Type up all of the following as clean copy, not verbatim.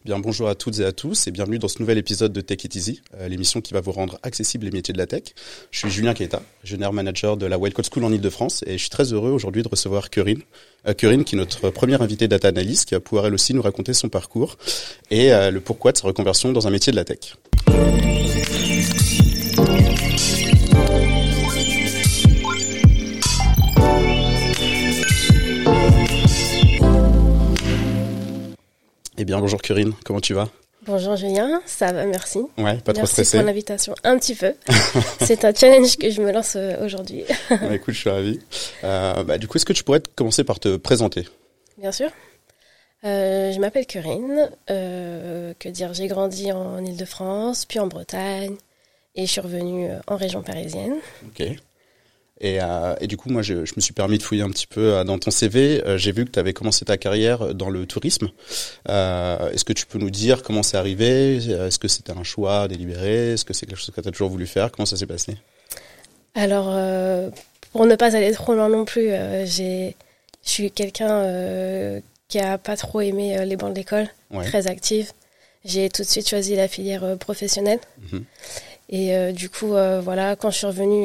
Bien, bonjour à toutes et à tous et bienvenue dans ce nouvel épisode de Tech It Easy, l'émission qui va vous rendre accessible les métiers de la tech. Je suis Julien Keita, Junior Manager de la Wild Code School en Ile-de-France et je suis très heureux aujourd'hui de recevoir Corinne. Corinne qui est notre première invitée Data Analyst qui va pouvoir elle aussi nous raconter son parcours et le pourquoi de sa reconversion dans un métier de la tech. Eh bien, bonjour Corinne, comment tu vas ? Bonjour Julien, ça va, merci. Ouais, pas trop stressé. Merci pour l'invitation, un petit peu. C'est un challenge que je me lance aujourd'hui. Écoute, je suis ravi. Du coup, est-ce que tu pourrais commencer par te présenter ? Bien sûr. Je m'appelle Corinne. J'ai grandi en Ile-de-France, puis en Bretagne, et je suis revenue en région parisienne. Ok. Et du coup, moi, je me suis permis de fouiller un petit peu dans ton CV. J'ai vu que tu avais commencé ta carrière dans le tourisme. Est-ce que tu peux nous dire comment c'est arrivé ? Est-ce que c'était un choix délibéré ? Est-ce que c'est quelque chose que tu as toujours voulu faire ? Comment ça s'est passé ? Alors, pour ne pas aller trop loin non plus, je suis quelqu'un qui a pas trop aimé les bancs de l'école, très active. J'ai tout de suite choisi la filière professionnelle. Mm-hmm. Et du coup, quand je suis revenue...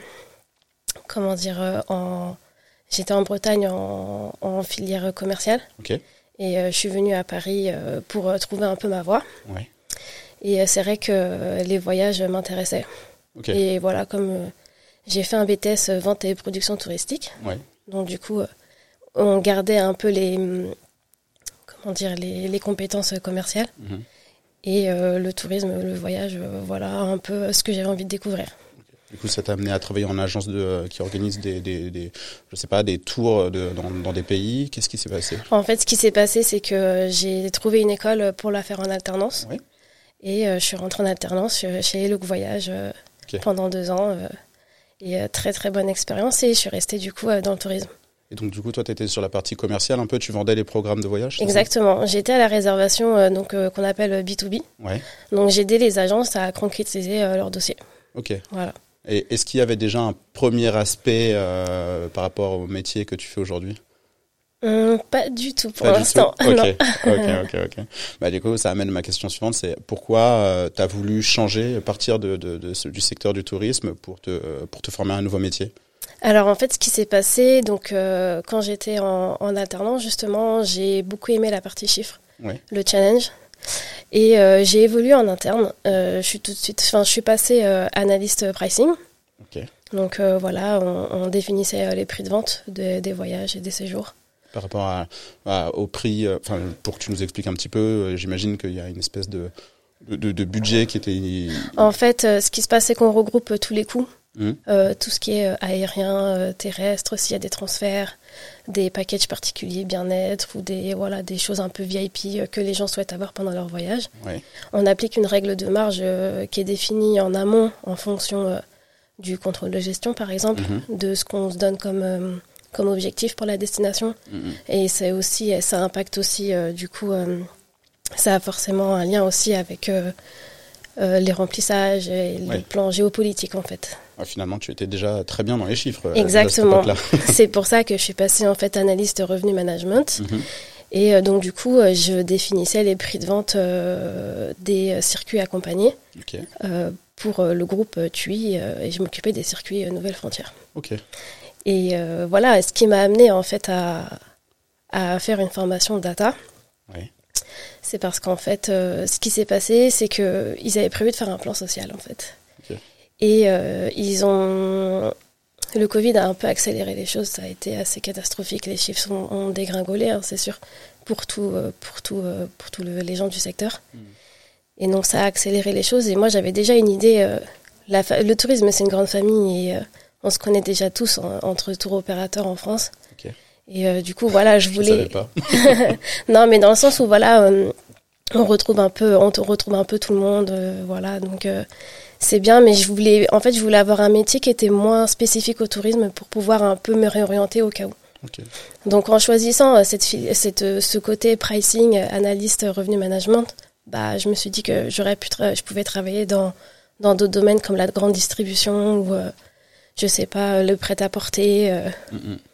j'étais en Bretagne en filière commerciale. Okay. Et je suis venue à Paris pour trouver un peu ma voie. Ouais. Et c'est vrai que les voyages m'intéressaient. Okay. Et voilà, comme j'ai fait un BTS vente et production touristique. Ouais. Donc du coup, on gardait un peu les compétences commerciales. Mm-hmm. Et le tourisme, le voyage, voilà un peu ce que j'avais envie de découvrir. Du coup, ça t'a amené à travailler en agence qui organise des tours dans des pays. Qu'est-ce qui s'est passé ? En fait, ce qui s'est passé, c'est que j'ai trouvé une école pour la faire en alternance. Oui. Et je suis rentrée en alternance chez Look Voyage pendant 2 ans. Et très, très bonne expérience. Et je suis restée, du coup, dans le tourisme. Et donc, du coup, toi, tu étais sur la partie commerciale un peu, tu vendais les programmes de voyage ? Exactement. J'étais à la réservation qu'on appelle B2B. Ouais. Donc, j'ai aidé les agences à concrétiser leur dossier. Ok. Voilà. Et est-ce qu'il y avait déjà un premier aspect par rapport au métier que tu fais aujourd'hui ? Pas du tout pour l'instant. Ok. Du coup, ça amène ma question suivante, c'est pourquoi tu as voulu partir du secteur du tourisme pour te former à un nouveau métier ? Alors en fait, ce qui s'est passé, quand j'étais en alternance, justement, j'ai beaucoup aimé la partie chiffres, le challenge. Et j'ai évolué en interne. Je suis passée analyste pricing. Okay. Donc on définissait les prix de vente des voyages et des séjours. Par rapport au prix, pour que tu nous expliques un petit peu, j'imagine qu'il y a une espèce de budget qui était... En fait, ce qui se passe, c'est qu'on regroupe tous les coûts. Tout ce qui est aérien, terrestre, s'il y a des transferts, des packages particuliers bien-être ou des choses un peu VIP que les gens souhaitent avoir pendant leur voyage. Ouais. On applique une règle de marge qui est définie en amont en fonction du contrôle de gestion, par exemple, de ce qu'on se donne comme objectif pour la destination. Et ça impacte aussi, ça a forcément un lien aussi avec les remplissages et les plans géopolitiques, en fait. Finalement, tu étais déjà très bien dans les chiffres. Exactement. À cette époque-là. C'est pour ça que je suis passée en fait analyste revenu management. Et donc du coup, je définissais les prix de vente des circuits accompagnés pour le groupe TUI et je m'occupais des circuits Nouvelles Frontières. Okay. Et ce qui m'a amené en fait à faire une formation de data. Oui. C'est parce qu'en fait, ce qui s'est passé, c'est qu'ils avaient prévu de faire un plan social en fait. Et le Covid a un peu accéléré les choses, ça a été assez catastrophique, les chiffres ont dégringolé, c'est sûr, pour tous les gens du secteur. Et donc ça a accéléré les choses, et moi j'avais déjà une idée, le tourisme c'est une grande famille, et on se connaît déjà tous entre tour opérateurs en France. Okay. Et du coup je voulais... savais pas. Non mais dans le sens où on retrouve un peu tout le monde, donc... c'est bien, mais je voulais avoir un métier qui était moins spécifique au tourisme pour pouvoir un peu me réorienter au cas où. Okay. Donc, en choisissant ce côté pricing, analyste, revenu management, je me suis dit que je pouvais travailler dans d'autres domaines comme la grande distribution ou, le prêt-à-porter.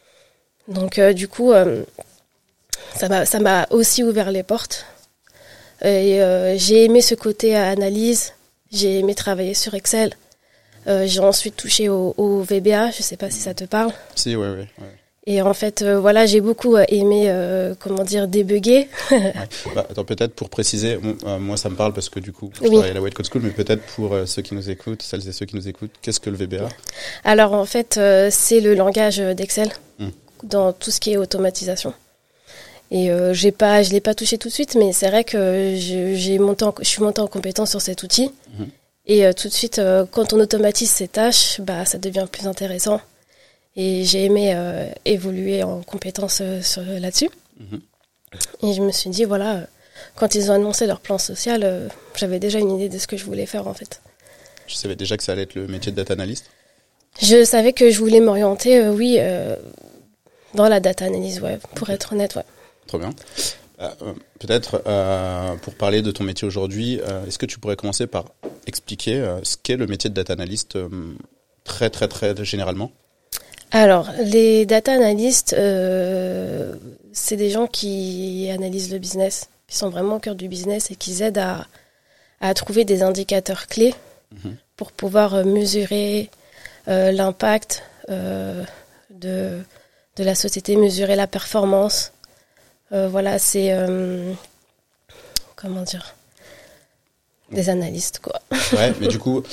Donc, ça m'a aussi ouvert les portes. Et j'ai aimé ce côté analyse. J'ai aimé travailler sur Excel. J'ai ensuite touché au VBA. Je sais pas si ça te parle. Si, ouais. Et en fait, voilà, j'ai beaucoup aimé, débugger. Ouais. Attends, peut-être pour préciser, moi ça me parle parce que du coup, je travaille à la White Code School, mais peut-être pour ceux qui nous écoutent, celles et ceux qui nous écoutent, qu'est-ce que le VBA? Alors en fait, c'est le langage d'Excel dans tout ce qui est automatisation. Et je l'ai pas touché tout de suite, mais c'est vrai que je suis montée en compétence sur cet outil. Et tout de suite, quand on automatise ces tâches, ça devient plus intéressant. Et j'ai aimé évoluer en compétences là-dessus. Et je me suis dit, voilà, quand ils ont annoncé leur plan social, j'avais déjà une idée de ce que je voulais faire, en fait. Tu savais déjà que ça allait être le métier de data analyst? Je savais que je voulais m'orienter, dans la data analyse, pour être honnête, Trop bien. Peut-être, pour parler de ton métier aujourd'hui, est-ce que tu pourrais commencer par expliquer ce qu'est le métier de data analyst très, très, très généralement? Alors, les data analysts, c'est des gens qui analysent le business, qui sont vraiment au cœur du business et qui aident à trouver des indicateurs clés pour pouvoir mesurer l'impact de la société, mesurer la performance. Voilà, c'est... comment dire ? Des analystes, quoi. Ouais, mais du coup...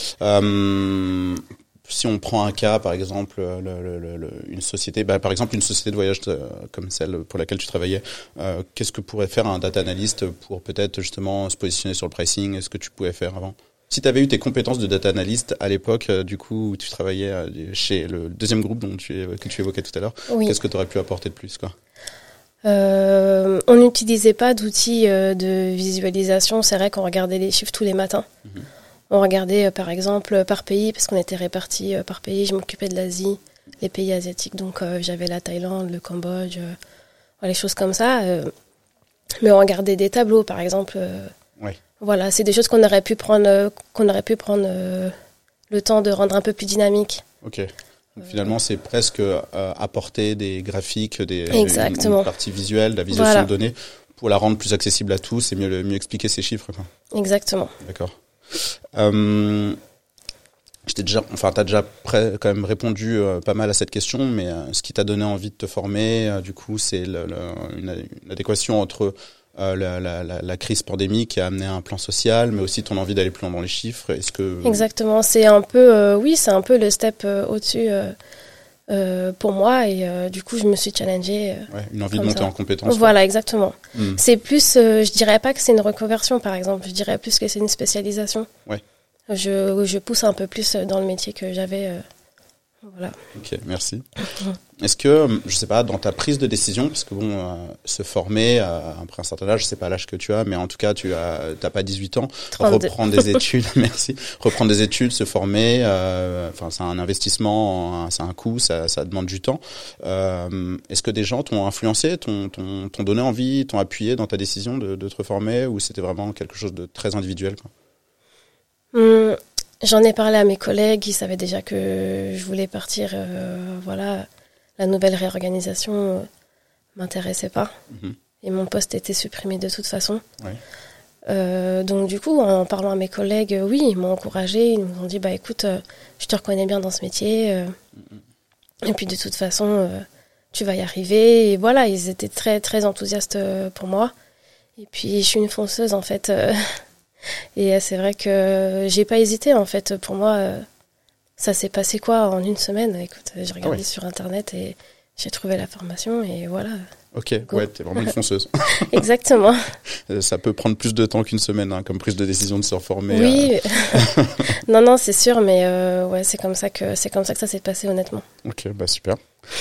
si on prend un cas, par exemple, une société, par exemple une société de voyage comme celle pour laquelle tu travaillais, qu'est-ce que pourrait faire un data analyst pour peut-être justement se positionner sur le pricing? Est-ce que tu pouvais faire avant? Si tu avais eu tes compétences de data analyst à l'époque, du coup, où tu travaillais chez le deuxième groupe que tu évoquais tout à l'heure, Qu'est-ce que tu aurais pu apporter de plus, quoi? On n'utilisait pas d'outils de visualisation. C'est vrai qu'on regardait les chiffres tous les matins. On regardait par exemple par pays, parce qu'on était répartis par pays. Je m'occupais de l'Asie, les pays asiatiques, donc j'avais la Thaïlande, le Cambodge, les choses comme ça. Mais on regardait des tableaux, par exemple. Voilà, c'est des choses qu'on aurait pu prendre, le temps de rendre un peu plus dynamique. Ok. Donc, finalement, c'est presque apporter des graphiques, Exactement. Une partie visuelle, la visualisation de données, pour la rendre plus accessible à tous et mieux expliquer ces chiffres, quoi. Exactement. D'accord. T'as déjà quand même répondu pas mal à cette question, mais ce qui t'a donné envie de te former, du coup, c'est une adéquation entre la crise pandémique qui a amené à un plan social, mais aussi ton envie d'aller plus loin dans les chiffres. Est-ce que... Exactement, c'est un peu, c'est un peu le step au-dessus pour moi, et du coup, je me suis challengée. Une envie de monter en compétence. Voilà, exactement. C'est plus, je dirais pas que c'est une reconversion, par exemple, je dirais plus que c'est une spécialisation. Je pousse un peu plus dans le métier que j'avais. Voilà. Ok, merci. Est-ce que, je sais pas, dans ta prise de décision, parce que se former après un certain âge, je sais pas l'âge que tu as, mais en tout cas, t'as pas 18 ans, 32. Reprendre des études, merci, reprendre des études, se former, c'est un investissement, c'est un coût, ça demande du temps. Est-ce que des gens t'ont influencé, t'ont donné envie, t'ont appuyé dans ta décision de te reformer, ou c'était vraiment quelque chose de très individuel, quoi? J'en ai parlé à mes collègues, ils savaient déjà que je voulais partir. La nouvelle réorganisation m'intéressait pas. Et mon poste était supprimé de toute façon. Donc du coup, en parlant à mes collègues, ils m'ont encouragé, ils nous ont dit, écoute, je te reconnais bien dans ce métier. Et puis de toute façon, tu vas y arriver. Et voilà, ils étaient très, très enthousiastes pour moi. Et puis je suis une fonceuse, en fait. Et c'est vrai que j'ai pas hésité, en fait. Pour moi, ça s'est passé en une semaine. Écoute, j'ai regardé sur Internet et j'ai trouvé la formation et voilà. Ok, t'es vraiment une fonceuse. Exactement. Ça peut prendre plus de temps qu'une semaine, comme prise de décision de se reformer. Oui. Non, c'est sûr, mais c'est comme ça que ça s'est passé, honnêtement. Ok, super.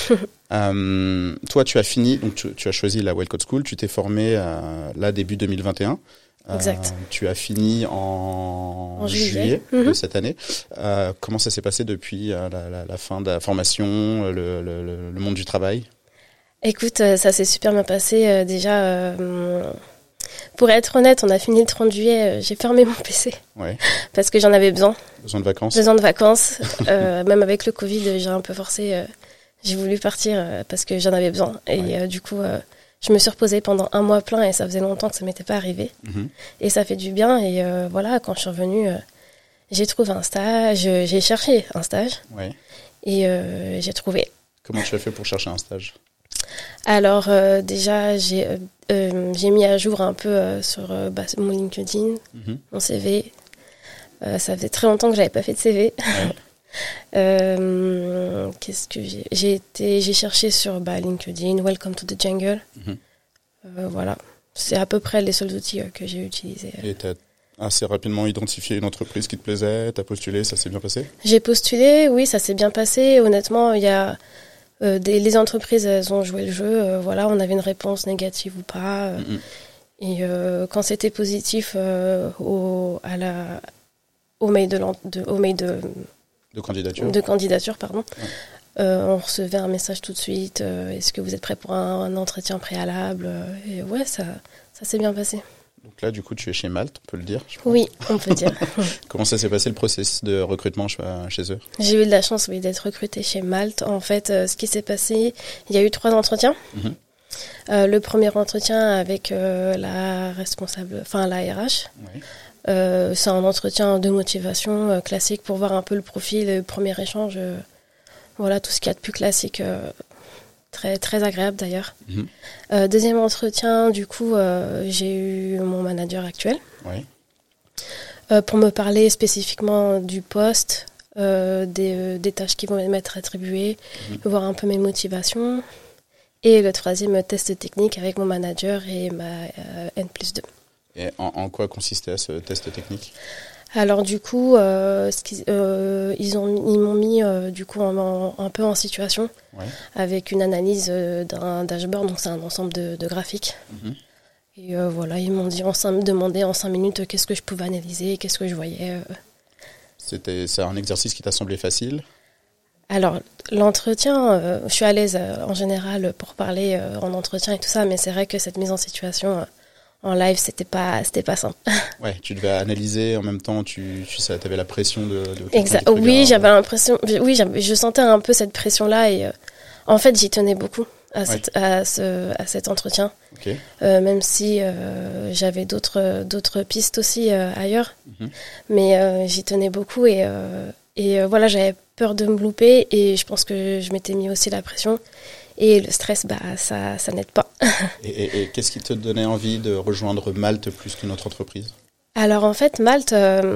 Toi, tu as fini, donc tu as choisi la White Code School, tu t'es formé début 2021. Exact. Tu as fini en juillet de cette année. Comment ça s'est passé depuis la fin de la formation, le monde du travail? Écoute, ça s'est super bien passé. Déjà, pour être honnête, on a fini le 30 juillet, j'ai fermé mon PC. Parce que j'en avais besoin. Besoin de vacances. Même avec le Covid, j'ai un peu forcé. J'ai voulu partir parce que j'en avais besoin. Et du coup, je me suis reposée pendant un mois plein et ça faisait longtemps que ça m'était pas arrivé. Et ça fait du bien. Et voilà, quand je suis revenue, j'ai trouvé un stage. J'ai cherché un stage. Ouais. Et j'ai trouvé. Comment tu as fait pour chercher un stage? Alors déjà, j'ai mis à jour un peu sur mon LinkedIn, mon CV. Ça faisait très longtemps que j'avais pas fait de CV. Ouais. Qu'est-ce que j'ai cherché sur LinkedIn, Welcome to the Jungle. Voilà, c'est à peu près les seuls outils que j'ai utilisés. Et tu as assez rapidement identifié une entreprise qui te plaisait, tu as postulé, ça s'est bien passé? J'ai postulé, oui, ça s'est bien passé. Honnêtement, il y a les entreprises, elles ont joué le jeu. Voilà, on avait une réponse négative ou pas. Et quand c'était positif au mail de candidature, pardon. Ouais. On recevait un message tout de suite. Est-ce que vous êtes prêt pour un entretien préalable? Et ouais, ça s'est bien passé. Donc là, du coup, tu es chez Malte, on peut le dire, je crois. Oui, on peut dire. Comment ça s'est passé le processus de recrutement chez eux? J'ai eu de la chance, oui, d'être recrutée chez Malte. En fait, ce qui s'est passé, il y a eu 3 entretiens. Le premier entretien avec la responsable, enfin la RH. Oui. C'est un entretien de motivation classique pour voir un peu le profil, le premier échange. Voilà, tout ce qu'il y a de plus classique. Très, très agréable d'ailleurs. Deuxième entretien, du coup, j'ai eu mon manager actuel. Oui. Pour me parler spécifiquement du poste, des tâches qui vont m'être attribuées, voir un peu mes motivations. Et le troisième test technique avec mon manager et ma N+2. Et en quoi consistait ce test technique? Alors du coup, ils m'ont mis du coup un peu en situation, ouais, avec une analyse d'un dashboard, donc c'est un ensemble de graphiques. Et voilà, ils m'ont demandé en 5 minutes qu'est-ce que je pouvais analyser, qu'est-ce que je voyais. C'est un exercice qui t'a semblé facile? Alors, l'entretien, je suis à l'aise en général pour parler en entretien et tout ça, mais c'est vrai que cette mise en situation en live, c'était pas simple. Ouais, tu devais analyser en même temps, tu avais la pression de exact. Oui, j'avais l'impression, je sentais un peu cette pression-là et en fait, j'y tenais beaucoup à cet entretien. Okay. Même si j'avais d'autres pistes aussi ailleurs, mais j'y tenais beaucoup et voilà, j'avais peur de me louper et je pense que je m'étais mis aussi la pression et le stress, ça n'aide pas. Et qu'est-ce qui te donnait envie de rejoindre Malte plus qu'une autre entreprise? Alors en fait, Malte,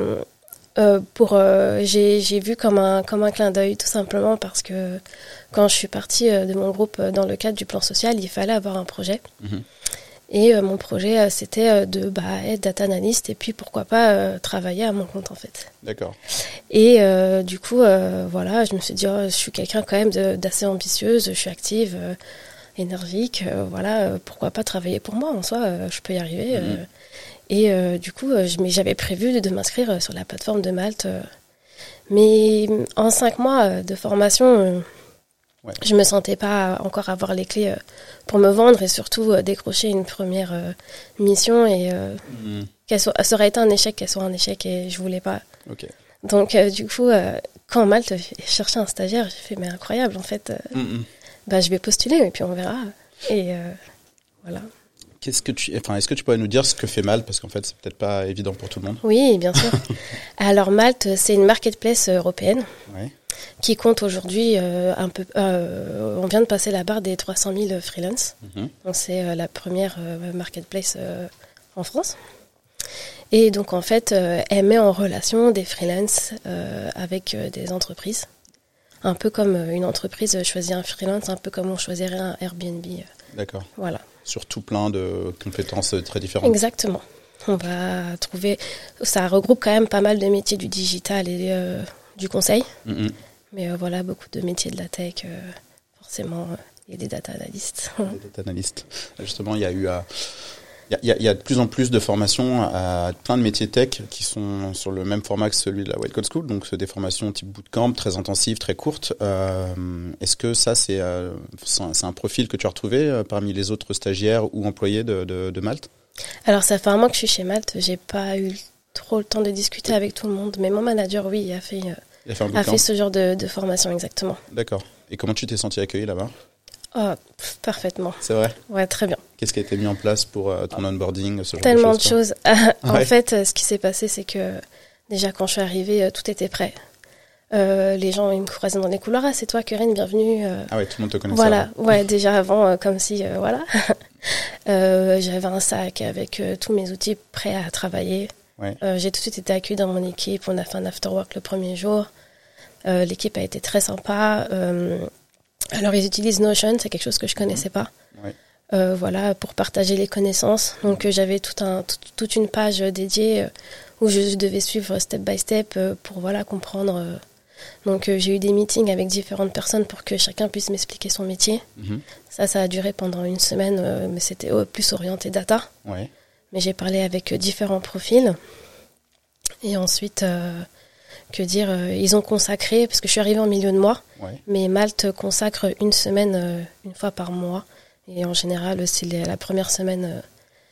j'ai vu comme un clin d'œil tout simplement parce que quand je suis partie de mon groupe dans le cadre du plan social, il fallait avoir un projet. Et mon projet, c'était de être data analyst et puis pourquoi pas travailler à mon compte en fait. D'accord. Et du coup, voilà, je me suis dit, je suis quelqu'un quand même d'assez ambitieuse, je suis active, énergique, voilà, pourquoi pas travailler pour moi en soi, je peux y arriver. Et du coup, j'avais prévu de m'inscrire sur la plateforme de Malte. Mais en 5 mois de formation... Ouais. Je me sentais pas encore avoir les clés pour me vendre et surtout décrocher une première mission et ça aurait été un échec, qu'elle soit un échec et je voulais pas. Okay. Donc du coup, quand Malte cherchait un stagiaire, j'ai fait mais incroyable en fait. Je vais postuler et puis on verra. Et voilà. Est-ce que tu pourrais nous dire ce que fait Malte parce qu'en fait c'est peut-être pas évident pour tout le monde. Oui, bien sûr. Alors Malte, c'est une marketplace européenne. Ouais. Qui compte aujourd'hui on vient de passer la barre des 300 000 freelance. Donc c'est la première marketplace en France. Et donc en fait, elle met en relation des freelance avec des entreprises. Un peu comme une entreprise choisit un freelance, un peu comme on choisirait un Airbnb. D'accord. Voilà. Sur tout plein de compétences très différentes. Exactement. On va trouver... Ça regroupe quand même pas mal de métiers du digital et du conseil. Mais voilà, beaucoup de métiers de la tech, forcément, et des data analystes. Des data analystes. Justement, il y a eu... Il y a de plus en plus de formations à plein de métiers tech qui sont sur le même format que celui de la White Code School, donc c'est des formations type bootcamp, très intensives, très courtes. Est-ce que ça, c'est un profil que tu as retrouvé parmi les autres stagiaires ou employés de Malte? Alors, ça fait un mois que je suis chez Malte. J'ai pas eu trop le temps de discuter avec tout le monde, mais mon manager, oui, il a fait ce genre de formation, exactement. D'accord. Et comment tu t'es sentie accueillie là-bas? Oh, parfaitement. C'est vrai? Ouais, très bien. Qu'est-ce qui a été mis en place pour ton onboarding, ce genre Tellement de choses? En fait, ce qui s'est passé, c'est que déjà quand je suis arrivée, tout était prêt. Les gens, ils me croisaient dans les couloirs. Ah, c'est toi, Corinne, bienvenue. Ah ouais, tout le monde te connaissait. Voilà, ouais, déjà avant, comme si, voilà. J'avais un sac avec tous mes outils prêts à travailler. Ouais. J'ai tout de suite été accueillie dans mon équipe. On a fait un afterwork le premier jour. L'équipe a été très sympa. Alors, ils utilisent Notion, c'est quelque chose que je connaissais pas. Ouais. Voilà, pour partager les connaissances. Donc, j'avais toute une page dédiée où je devais suivre step by step pour voilà comprendre. Donc, j'ai eu des meetings avec différentes personnes pour que chacun puisse m'expliquer son métier. Ça a duré pendant une semaine, mais c'était plus orienté data. Ouais. Mais j'ai parlé avec différents profils. Et ensuite, que dire, ils ont consacré, parce que je suis arrivée en milieu de mois, mais Malte consacre une semaine, une fois par mois. Et en général, c'est la première semaine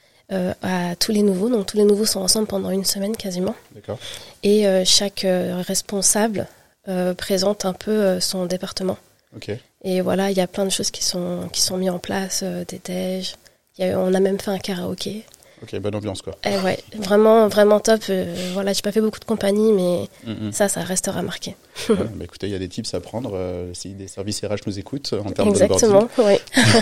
à tous les nouveaux. Donc tous les nouveaux sont ensemble pendant une semaine quasiment. D'accord. Et chaque responsable présente un peu son département. Ok. Et voilà, il y a plein de choses qui sont mises en place, des déj. On a même fait un karaoké. Ok, bonne ambiance quoi. Ouais, vraiment, vraiment top. Voilà, j'ai pas fait beaucoup de compagnie, mais ça restera marqué. Ouais, bah écoutez, il y a des tips à prendre si des services RH nous écoutent en termes Exactement, oui.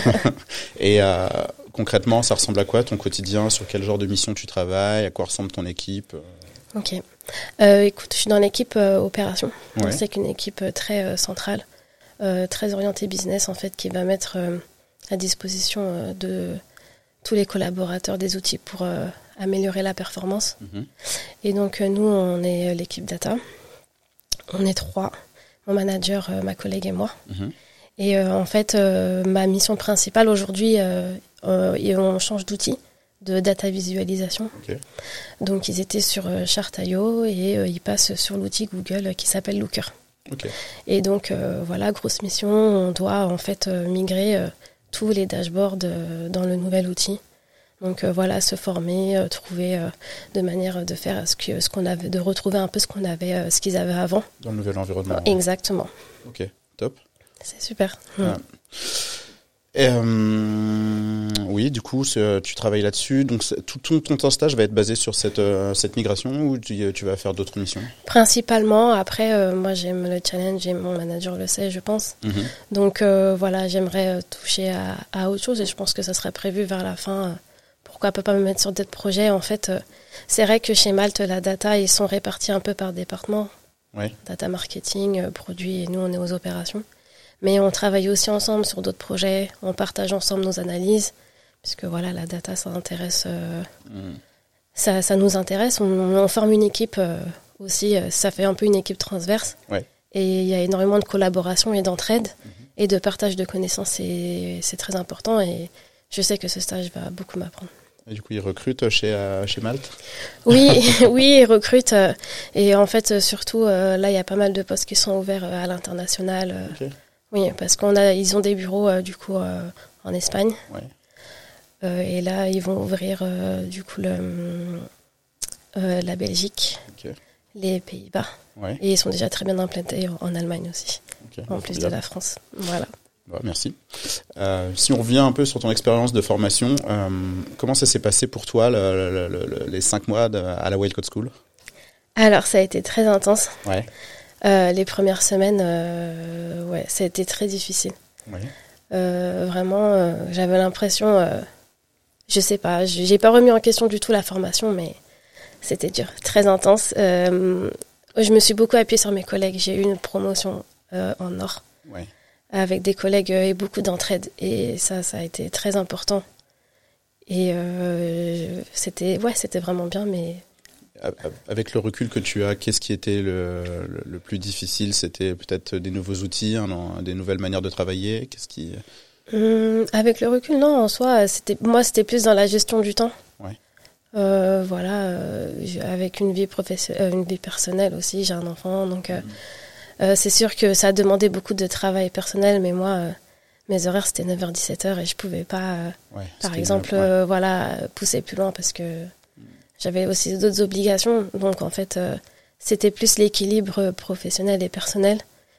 Et concrètement, ça ressemble à quoi ton quotidien? Sur quel genre de mission tu travailles? À quoi ressemble ton équipe? Ok. Écoute, je suis dans l'équipe opération. Ouais. C'est une équipe très centrale, très orientée business en fait, qui va mettre à disposition de tous les collaborateurs des outils pour améliorer la performance. Et donc nous, on est l'équipe data. On est 3, mon manager, ma collègue et moi. Et en fait, ma mission principale aujourd'hui, on change d'outil de data visualisation. Okay. Donc ils étaient sur Chart.io et ils passent sur l'outil Google qui s'appelle Looker. Okay. Et donc voilà, grosse mission, on doit en fait migrer tous les dashboards dans le nouvel outil. Donc voilà, se former, trouver de manière de faire ce qu'on avait, de retrouver un peu ce qu'ils avaient avant. Dans le nouvel environnement. Exactement. Ok, top. C'est super. Et oui, du coup, tu travailles là-dessus. Donc tout ton stage va être basé sur cette migration ou tu vas faire d'autres missions? Principalement. Après, moi j'aime le challenge et mon manager le sait, je pense. Donc voilà, j'aimerais toucher à autre chose et je pense que ça sera prévu vers la fin. Pourquoi pas me mettre sur d'autres projets? En fait, c'est vrai que chez Malte, la data, ils sont répartis un peu par département. Ouais. Data marketing, produits, et nous, on est aux opérations. Mais on travaille aussi ensemble sur d'autres projets. On partage ensemble nos analyses. Puisque voilà, la data, ça intéresse. Ça nous intéresse. On forme une équipe aussi. Ça fait un peu une équipe transverse. Ouais. Et il y a énormément de collaboration et d'entraide. Et de partage de connaissances. C'est très important. Et je sais que ce stage va beaucoup m'apprendre. Et du coup, ils recrutent chez Malte? Oui, ils recrutent. Et en fait, surtout, là, il y a pas mal de postes qui sont ouverts à l'international. Okay. Oui, parce ils ont des bureaux, du coup, en Espagne. Ouais. Et là, ils vont ouvrir, du coup, la Belgique, les Pays-Bas. Ouais. Et ils sont déjà très bien implantés en Allemagne aussi, en plus de la France. Voilà. Bah, merci. Si on revient un peu sur ton expérience de formation, comment ça s'est passé pour toi les 5 mois à la Wild Code School? Alors, ça a été très intense. Ouais. Les premières semaines, ça a été très difficile. Ouais. Vraiment, j'avais l'impression, je sais pas, j'ai pas remis en question du tout la formation, mais c'était dur, très intense. Je me suis beaucoup appuyée sur mes collègues. J'ai eu une promotion en or. Ouais. Avec des collègues et beaucoup d'entraide. Et ça a été très important. Et c'était vraiment bien, mais... Avec le recul que tu as, qu'est-ce qui était le plus difficile? C'était peut-être des nouveaux outils, des nouvelles manières de travailler? Qu'est-ce qui... Avec le recul, non, en soi, c'était plus dans la gestion du temps. Ouais. Voilà, avec une vie personnelle aussi, j'ai un enfant, donc... c'est sûr que ça a demandé beaucoup de travail personnel, mais moi, mes horaires, c'était 9h-17h et je pouvais pas, par exemple, pousser plus loin parce que j'avais aussi d'autres obligations. Donc, en fait, c'était plus l'équilibre professionnel et personnel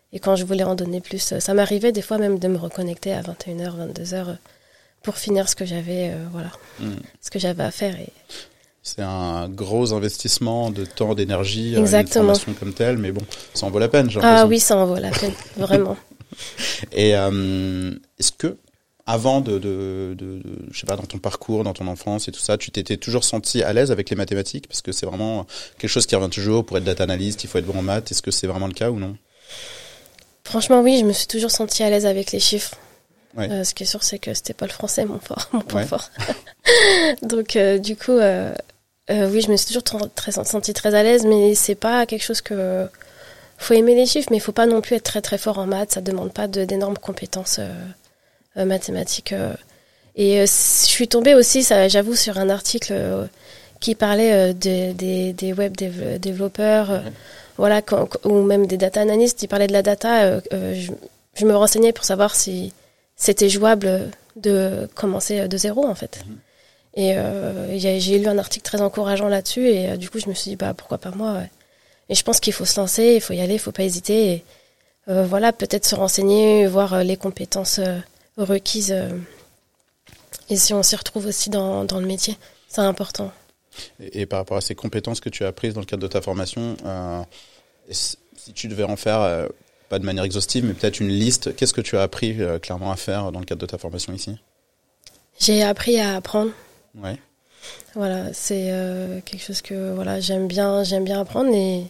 Et quand je voulais en donner plus, ça m'arrivait des fois même de me reconnecter à 21h, 22h pour finir ce que j'avais, ce que j'avais à faire. Et... C'est un gros investissement de temps, d'énergie, Exactement. Une formation comme telle, mais bon, ça en vaut la peine, j'ai l'impression. Ah oui, ça en vaut la peine, vraiment. Et est-ce que, avant je sais pas, dans ton parcours, dans ton enfance et tout ça, tu t'étais toujours senti à l'aise avec les mathématiques? Parce que c'est vraiment quelque chose qui revient toujours. Pour être data analyst, il faut être bon en maths. Est-ce que c'est vraiment le cas ou non? Franchement, oui, je me suis toujours sentie à l'aise avec les chiffres. Ouais. Ce qui est sûr, c'est que c'était pas le français mon point fort. Donc, du coup, oui, je me suis toujours sentie très à l'aise, mais c'est pas quelque chose que... Faut aimer les chiffres, mais il faut pas non plus être très très fort en maths. Ça demande pas d'énormes compétences mathématiques. Et je suis tombée aussi, j'avoue, sur un article qui parlait des web développeurs, voilà, ou même des data analysts. Il parlait de la data. Je me renseignais pour savoir si c'était jouable de commencer de zéro, en fait. Et j'ai lu un article très encourageant là-dessus, et du coup, je me suis dit, pourquoi pas moi, ouais. Et je pense qu'il faut se lancer, il faut y aller, il faut pas hésiter. Et voilà, peut-être se renseigner, voir les compétences requises. Et si on s'y retrouve aussi dans le métier, c'est important. Et par rapport à ces compétences que tu as apprises dans le cadre de ta formation, si tu devais en faire, pas de manière exhaustive, mais peut-être une liste, qu'est-ce que tu as appris clairement à faire dans le cadre de ta formation ici? J'ai appris à apprendre. Ouais. Voilà, c'est quelque chose que voilà, j'aime bien apprendre et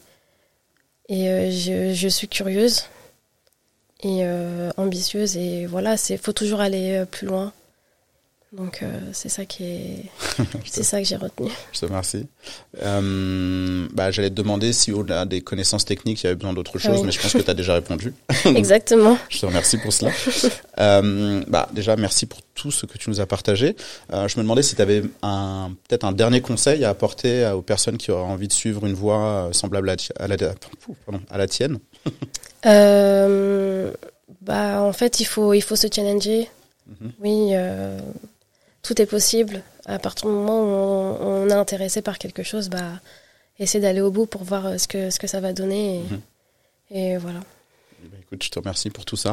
je suis curieuse et ambitieuse et voilà, faut toujours aller plus loin. Donc c'est ça c'est ça que j'ai retenu. Je te remercie. J'allais te demander si au-delà des connaissances techniques, il y avait besoin d'autre chose, mais je pense que tu as déjà répondu. Exactement. Je te remercie pour cela. Déjà, merci pour tout ce que tu nous as partagé. Je me demandais si tu avais peut-être un dernier conseil à apporter aux personnes qui auraient envie de suivre une voie semblable à la tienne. En fait, il faut se challenger. Oui, tout est possible. À partir du moment où on est intéressé par quelque chose, essayer d'aller au bout pour voir ce que ça va donner. Et voilà. Écoute, je te remercie pour tout ça.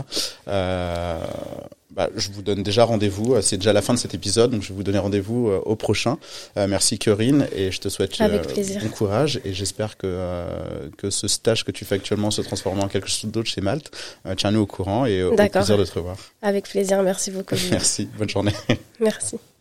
Je vous donne déjà rendez-vous. C'est déjà la fin de cet épisode, donc je vais vous donner rendez-vous au prochain. Merci Corinne, et je te souhaite bon courage. Et j'espère que ce stage que tu fais actuellement se transforme en quelque chose d'autre chez Malte. Tiens-nous au courant et au plaisir de te revoir. Avec plaisir, merci beaucoup. Merci, bonne journée. Merci.